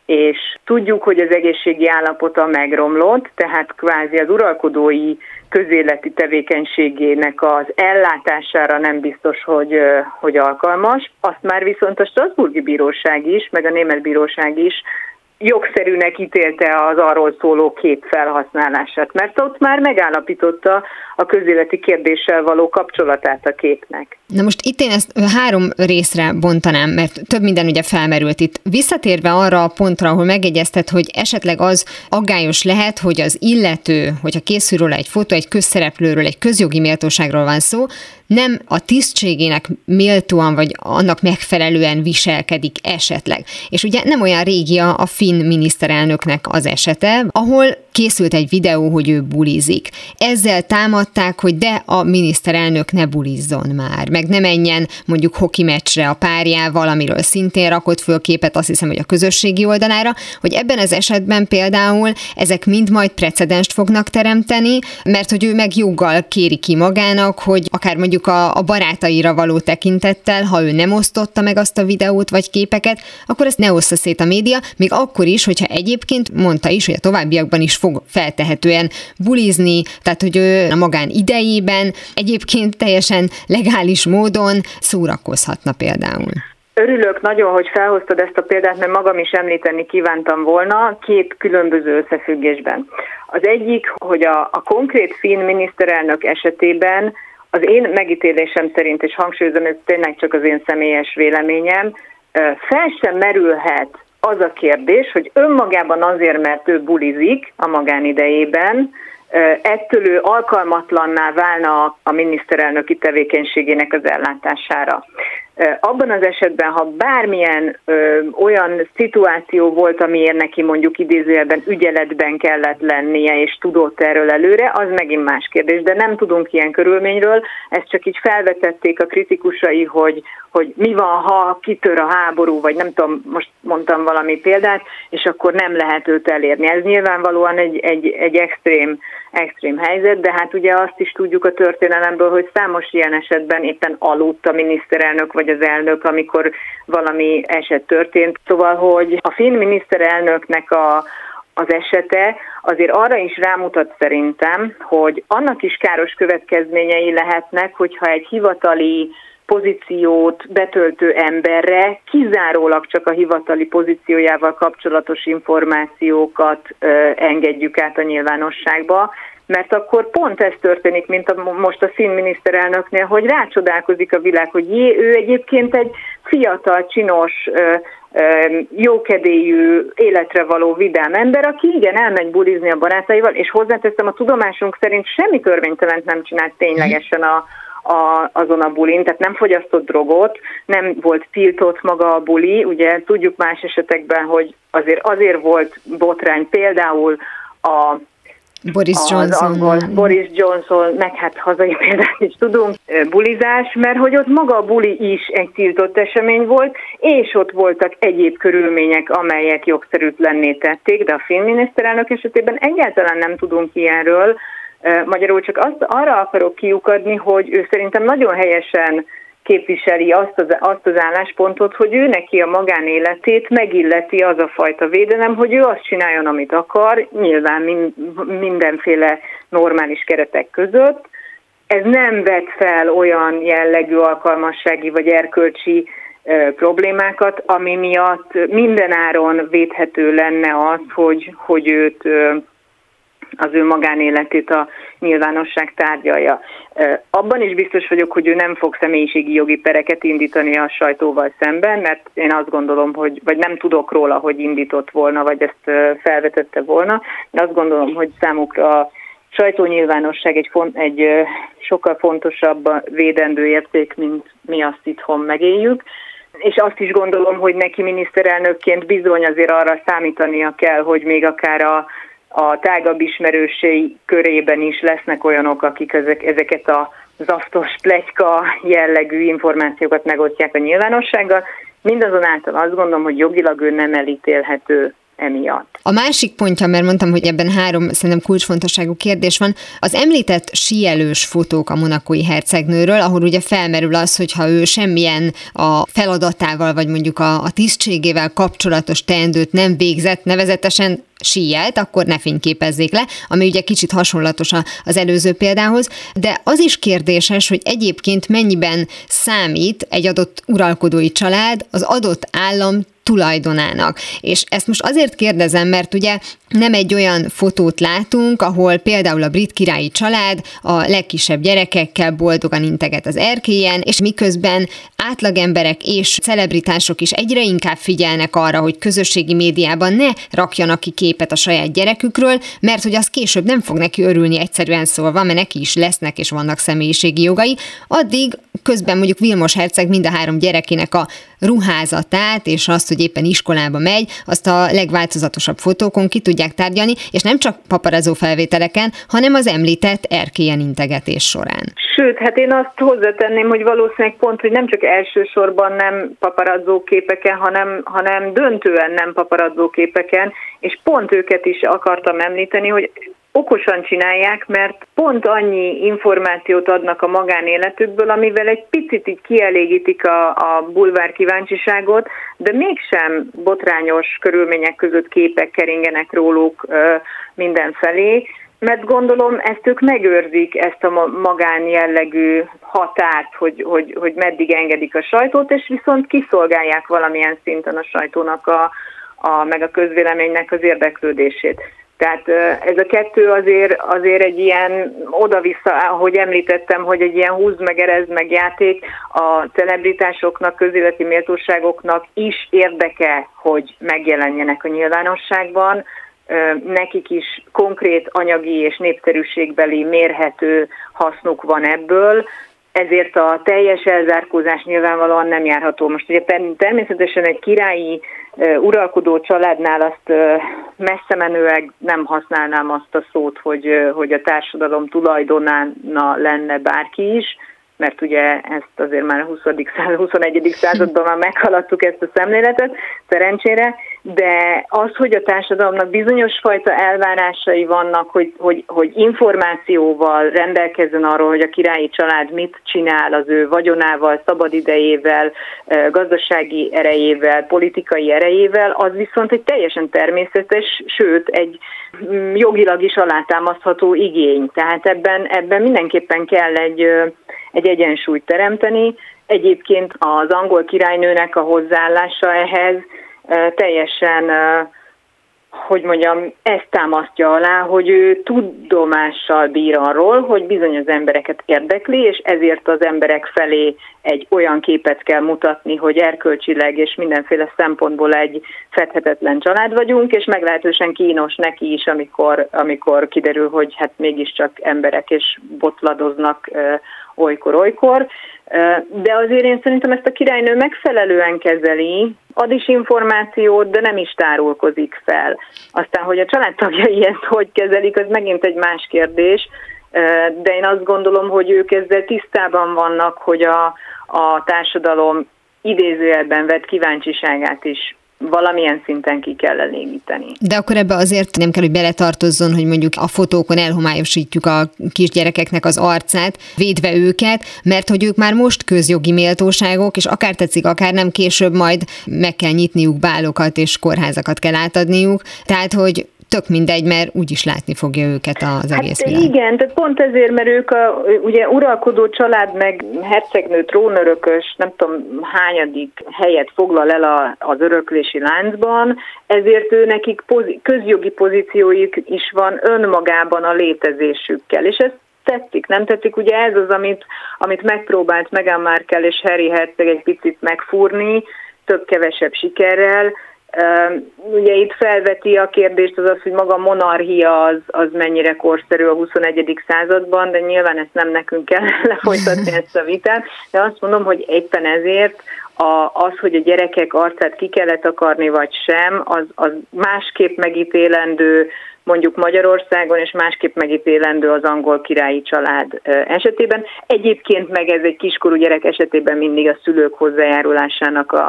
és tudjuk, hogy az egészségi állapota megromlott, tehát kvázi az uralkodói közéleti tevékenységének az ellátására nem biztos, hogy, hogy alkalmas. Azt már viszont a strasbourgi bíróság is, meg a német bíróság is jogszerűnek ítélte az arról szóló kép felhasználását, mert ott már megállapította a közéleti kérdéssel való kapcsolatát a képnek. Na most itt én ezt három részre bontanám, mert több minden ugye felmerült itt. Visszatérve arra a pontra, ahol megjegyezted, hogy esetleg az aggályos lehet, hogy az illető, hogyha készül róla egy fotó, egy közszereplőről, egy közjogi méltóságról van szó, nem a tisztségének méltóan vagy annak megfelelően viselkedik esetleg. És ugye nem olyan régi a finn miniszterelnöknek az esete, ahol készült egy videó, hogy ő bulizik. Ezzel támadták, hogy de a miniszterelnök ne bulizzon már, meg ne menjen mondjuk hoki meccsre a párjával, amiről szintén rakott föl képet, azt hiszem, hogy a közösségi oldalára, hogy ebben az esetben például ezek mind majd precedenst fognak teremteni, mert hogy ő meg joggal kéri ki magának, hogy akár mondjuk a, a barátaira való tekintettel, ha ő nem osztotta meg azt a videót vagy képeket, akkor ezt ne ossza szét a média, még akkor is, hogyha egyébként mondta is, hogy a továbbiakban is fog feltehetően bulizni, tehát hogy ő a magán idejében egyébként teljesen legális módon szórakozhatna például. Örülök nagyon, hogy felhoztad ezt a példát, mert magam is említeni kívántam volna két különböző összefüggésben. Az egyik, hogy a, a konkrét finn miniszterelnök esetében az én megítélésem szerint, és hangsúlyozom, ez tényleg csak az én személyes véleményem, fel sem merülhet az a kérdés, hogy önmagában azért, mert ő bulizik a magánidejében, ettől ő alkalmatlanná válna a miniszterelnöki tevékenységének az ellátására. Abban az esetben, ha bármilyen ö, olyan szituáció volt, amiért neki mondjuk idézőjelben ügyeletben kellett lennie, és tudott erről előre, az megint más kérdés, de nem tudunk ilyen körülményről, ezt csak így felvetették a kritikusai, hogy, hogy mi van, ha kitör a háború, vagy nem tudom, most mondtam valami példát, és akkor nem lehet őt elérni. Ez nyilvánvalóan egy, egy, egy extrém, extrém helyzet, de hát ugye azt is tudjuk a történelemből, hogy számos ilyen esetben éppen aludt a miniszterelnök vagy az elnök, amikor valami eset történt. Szóval, hogy a finn miniszterelnöknek a, az esete azért arra is rámutat szerintem, hogy annak is káros következményei lehetnek, hogyha egy hivatali pozíciót betöltő emberre kizárólag csak a hivatali pozíciójával kapcsolatos információkat ö, engedjük át a nyilvánosságba, mert akkor pont ez történik, mint a, most a finn miniszterelnöknél, hogy rácsodálkozik a világ, hogy jé, ő egyébként egy fiatal, csinos, ö, ö, jókedélyű, életre való vidám ember, aki igen, elmegy bulizni a barátaival, és hozzáteszem, a tudomásunk szerint semmi törvénytelent nem csinált ténylegesen a A, azon a bulin, tehát nem fogyasztott drogot, nem volt tiltott maga a buli, ugye tudjuk más esetekben, hogy azért azért volt botrány, például a Boris Johnson. Angol, Boris Johnson, meg hát hazai példát is tudunk, bulizás, mert hogy ott maga a buli is egy tiltott esemény volt, és ott voltak egyéb körülmények, amelyek jogszerűtlenné tették, de a finn miniszterelnök esetében egyáltalán nem tudunk ilyenről. Magyarul csak azt, arra akarok kiukadni, hogy ő szerintem nagyon helyesen képviseli azt az, azt az álláspontot, hogy ő neki a magánéletét megilleti az a fajta védelem, hogy ő azt csináljon, amit akar, nyilván min, mindenféle normális keretek között. Ez nem vet fel olyan jellegű alkalmassági vagy erkölcsi e, problémákat, ami miatt mindenáron védhető lenne az, hogy, hogy őt... E, az ő magánéletét a nyilvánosság tárgyalja. Abban is biztos vagyok, hogy ő nem fog személyiségi jogi pereket indítani a sajtóval szemben, mert én azt gondolom, hogy, vagy nem tudok róla, hogy indított volna, vagy ezt felvetette volna, de azt gondolom, hogy számukra a sajtónyilvánosság egy, font, egy sokkal fontosabb védendő érték, mint mi azt itthon megéljük. És azt is gondolom, hogy neki miniszterelnökként bizony azért arra számítania kell, hogy még akár a a tágabb ismerősei körében is lesznek olyanok, akik ezek, ezeket a zaftos pletyka jellegű információkat megosztják a nyilvánossággal. Mindazonáltal azt gondolom, hogy jogilag ő nem elítélhető emiatt. A másik pontja, mert mondtam, hogy ebben három szerintem kulcsfontosságú kérdés van, az említett síelős fotók a monacói hercegnőről, ahol ugye felmerül az, hogyha ő semmilyen a feladatával, vagy mondjuk a, a tisztségével kapcsolatos teendőt nem végzett, nevezetesen síelt, akkor ne fényképezzék le, ami ugye kicsit hasonlatos az előző példához, de az is kérdéses, hogy egyébként mennyiben számít egy adott uralkodói család az adott állam tulajdonának. És ezt most azért kérdezem, mert ugye nem egy olyan fotót látunk, ahol például a brit királyi család a legkisebb gyerekekkel boldogan integet az erkélyen, és miközben átlagemberek és celebritások is egyre inkább figyelnek arra, hogy közösségi médiában ne rakjanak ki képet a saját gyerekükről, mert hogy az később nem fog neki örülni, egyszerűen szólva, mert neki is lesznek és vannak személyiségi jogai, addig közben mondjuk Vilmos herceg mind a három gyerekének a ruházatát, és azt, hogy éppen iskolába megy, azt a legváltozatosabb fotókon ki tudják tárgyalni, és nem csak paparazzo felvételeken, hanem az említett erkélyen integetés során. Sőt, hát én azt hozzátenném, hogy valószínűleg pont, hogy nem csak elsősorban nem paparazzo képeken, hanem, hanem döntően nem paparazzo képeken, és pont őket is akartam említeni, hogy okosan csinálják, mert pont annyi információt adnak a magánéletükből, amivel egy picit így kielégítik a, a bulvár kíváncsiságot, de mégsem botrányos körülmények között képek keringenek róluk ö, mindenfelé, mert gondolom ezt ők megőrzik, ezt a magán jellegű határt, hogy, hogy, hogy meddig engedik a sajtót, és viszont kiszolgálják valamilyen szinten a sajtónak, a, a, meg a közvéleménynek az érdeklődését. Tehát ez a kettő azért, azért egy ilyen oda-vissza, ahogy említettem, hogy egy ilyen húzd meg, erezd meg játék, a celebritásoknak, közéleti méltóságoknak is érdeke, hogy megjelenjenek a nyilvánosságban, nekik is konkrét anyagi és népszerűségbeli mérhető hasznuk van ebből, ezért a teljes elzárkózás nyilvánvalóan nem járható. Most ugye természetesen egy királyi uralkodó családnál azt messze menőleg nem használnám azt a szót, hogy, hogy a társadalom tulajdonána lenne bárki is, mert ugye ezt azért már a huszadik század, huszonegyedik században már meghaladtuk ezt a szemléletet, szerencsére, de az, hogy a társadalomnak bizonyos fajta elvárásai vannak, hogy, hogy, hogy információval rendelkezzen arról, hogy a királyi család mit csinál az ő vagyonával, szabadidejével, gazdasági erejével, politikai erejével, az viszont egy teljesen természetes, sőt egy jogilag is alátámasztható igény. Tehát ebben, ebben mindenképpen kell egy, egy egyensúlyt teremteni. Egyébként az angol királynőnek a hozzáállása ehhez teljesen, hogy mondjam, ezt támasztja alá, hogy ő tudomással bír arról, hogy bizonyos embereket érdekli, és ezért az emberek felé egy olyan képet kell mutatni, hogy erkölcsileg és mindenféle szempontból egy fedhetetlen család vagyunk, és meglehetősen kínos neki is, amikor, amikor kiderül, hogy hát mégiscsak emberek és botladoznak olykor-olykor. De azért én szerintem ezt a királynő megfelelően kezeli, ad is információt, de nem is tárulkozik fel. Aztán, hogy a családtagjai ezt hogy kezelik, az megint egy más kérdés, de én azt gondolom, hogy ők ezzel tisztában vannak, hogy a, a társadalom idézőjelben vett kíváncsiságát is valamilyen szinten ki kell elégíteni. De akkor ebbe azért nem kell, hogy beletartozzon, hogy mondjuk a fotókon elhomályosítjuk a kisgyerekeknek az arcát, védve őket, mert hogy ők már most közjogi méltóságok, és akár tetszik, akár nem, később majd meg kell nyitniuk bálokat, és kórházakat kell átadniuk. Tehát, hogy tök mindegy, mert úgyis látni fogja őket az hát egész világ. Igen, tehát pont ezért, mert ők a, ugye uralkodó család, meg hercegnő, trónörökös, nem tudom hányadik helyet foglal el a, az öröklési láncban, ezért ő nekik pozi, közjogi pozíciójuk is van önmagában a létezésükkel, és ezt tetszik, nem tetszik, ugye ez az, amit, amit megpróbált Meghan Markle és Harry herceg egy picit megfúrni, több-kevesebb sikerrel. Uh, ugye itt felveti a kérdést az az, hogy maga a monarchia az, az mennyire korszerű a huszonegyedik században, de nyilván ezt nem nekünk kell lefolytatni ezt a vitát, de azt mondom, hogy éppen ezért a, az, hogy a gyerekek arcát ki kellett akarni vagy sem, az, az másképp megítélendő mondjuk Magyarországon, és másképp megítélendő az angol királyi család esetében. Egyébként meg ez egy kiskorú gyerek esetében mindig a szülők hozzájárulásának a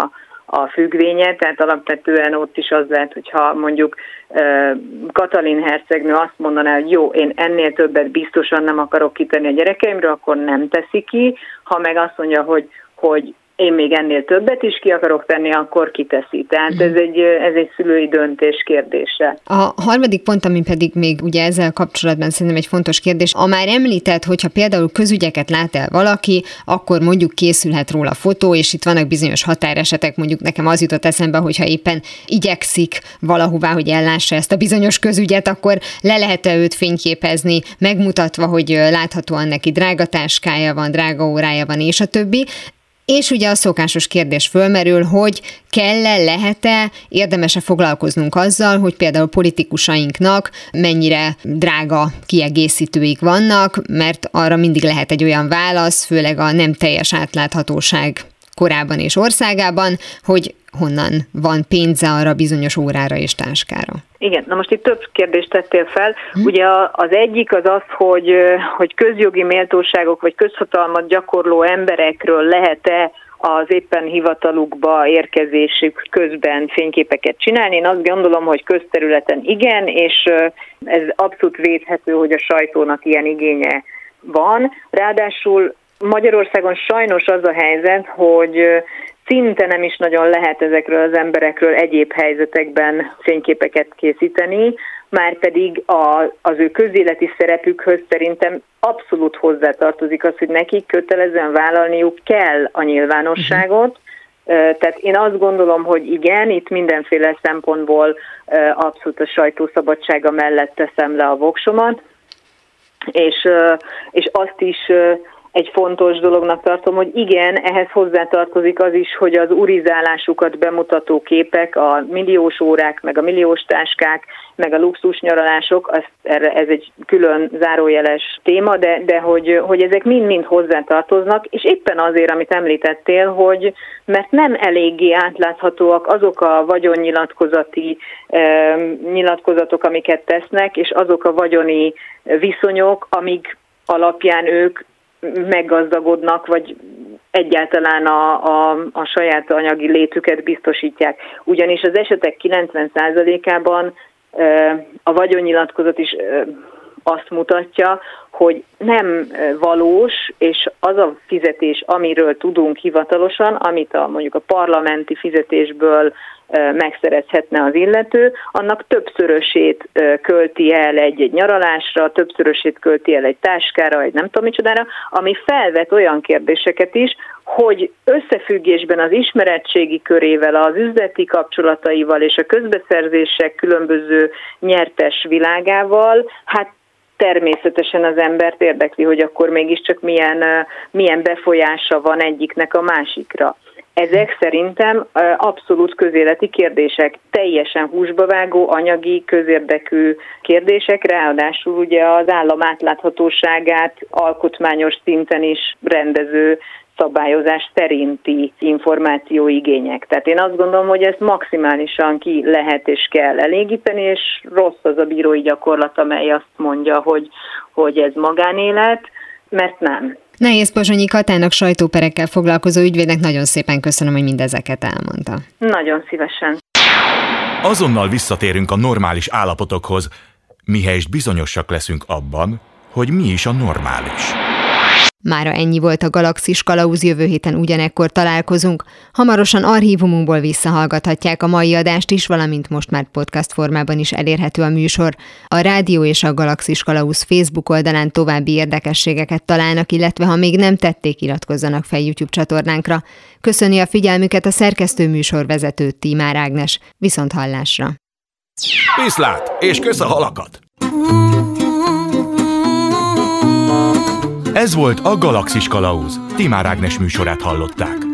a függvénye, tehát alapvetően ott is az lehet, hogyha mondjuk Katalin hercegnő azt mondaná, hogy jó, én ennél többet biztosan nem akarok kitenni a gyerekeimről, akkor nem teszi ki, ha meg azt mondja, hogy, hogy én még ennél többet is ki akarok tenni, akkor kiteszi. Tehát ez egy, ez egy szülői döntés kérdése. A harmadik pont, ami pedig még ugye ezzel kapcsolatban szerintem egy fontos kérdés, a már említett, hogyha például közügyeket lát el valaki, akkor mondjuk készülhet róla fotó, és itt vannak bizonyos határesetek, mondjuk nekem az jutott eszembe, hogyha éppen igyekszik valahová, hogy ellássa ezt a bizonyos közügyet, akkor le lehet-e őt fényképezni, megmutatva, hogy láthatóan neki drága táskája van, drága órája van, és a többi. És ugye a szokásos kérdés fölmerül, hogy kell-e, lehet-e, érdemes-e foglalkoznunk azzal, hogy például politikusainknak mennyire drága kiegészítőik vannak, mert arra mindig lehet egy olyan válasz, főleg a nem teljes átláthatóság korában és országában, hogy honnan van pénze arra bizonyos órára és táskára. Igen, na most itt több kérdést tettél fel. Hm. Ugye az egyik az az, hogy, hogy közjogi méltóságok vagy közhatalmat gyakorló emberekről lehet-e az éppen hivatalukba érkezésük közben fényképeket csinálni. Én azt gondolom, hogy közterületen igen, és ez abszolút védhető, hogy a sajtónak ilyen igénye van. Ráadásul Magyarországon sajnos az a helyzet, hogy szinte nem is nagyon lehet ezekről az emberekről egyéb helyzetekben fényképeket készíteni, márpedig a, az ő közéleti szerepükhöz szerintem abszolút hozzátartozik az, hogy nekik kötelezően vállalniuk kell a nyilvánosságot. Uh-huh. Tehát én azt gondolom, hogy igen, itt mindenféle szempontból abszolút a sajtószabadsága mellett teszem le a voksomat, és, és azt is egy fontos dolognak tartom, hogy igen, ehhez hozzátartozik az is, hogy az urizálásukat bemutató képek, a milliós órák, meg a milliós táskák, meg a luxus nyaralások, az, erre, ez egy külön zárójeles téma, de, de hogy, hogy ezek mind-mind hozzátartoznak, és éppen azért, amit említettél, hogy mert nem eléggé átláthatóak azok a vagyonnyilatkozati eh, nyilatkozatok, amiket tesznek, és azok a vagyoni viszonyok, amik alapján ők meggazdagodnak, vagy egyáltalán a, a, a saját anyagi létüket biztosítják. Ugyanis az esetek kilencven százalékában a vagyonnyilatkozat is azt mutatja, hogy nem valós, és az a fizetés, amiről tudunk hivatalosan, amit a, mondjuk a parlamenti fizetésből megszerezhetne az illető, annak többszörösét költi el egy-egy nyaralásra, többszörösét költi el egy táskára, egy nem tudom micsodára, ami felvet olyan kérdéseket is, hogy összefüggésben az ismeretségi körével, az üzleti kapcsolataival és a közbeszerzések különböző nyertes világával, hát természetesen az embert érdekli, hogy akkor mégiscsak milyen, milyen befolyása van egyiknek a másikra. Ezek szerintem abszolút közéleti kérdések, teljesen húsba vágó, anyagi, közérdekű kérdések, ráadásul ugye az állam átláthatóságát alkotmányos szinten is rendező szabályozás szerinti információigények. Tehát én azt gondolom, hogy ezt maximálisan ki lehet és kell elégíteni, és rossz az a bírói gyakorlat, amely azt mondja, hogy, hogy ez magánélet, mert nem. Nehéz Pozsonyi Katának, sajtóperekkel foglalkozó ügyvédnek nagyon szépen köszönöm, hogy mindezeket elmondta. Nagyon szívesen. Azonnal visszatérünk a normális állapotokhoz, mihelyest bizonyosak leszünk abban, hogy mi is a normális. Mára ennyi volt a Galaxis Kalauz, jövő héten ugyanekkor találkozunk. Hamarosan archívumunkból visszahallgathatják a mai adást is, valamint most már podcast formában is elérhető a műsor. A Rádió és a Galaxis Kalauz Facebook oldalán további érdekességeket találnak, illetve ha még nem tették, iratkozzanak fel YouTube csatornánkra. Köszöni a figyelmüket a szerkesztő műsorvezető Tímár Ágnes. Viszont hallásra! Viszlát, és kösz a halakat! Ez volt a Galaxis Kalauz. Tímár Ágnes műsorát hallották.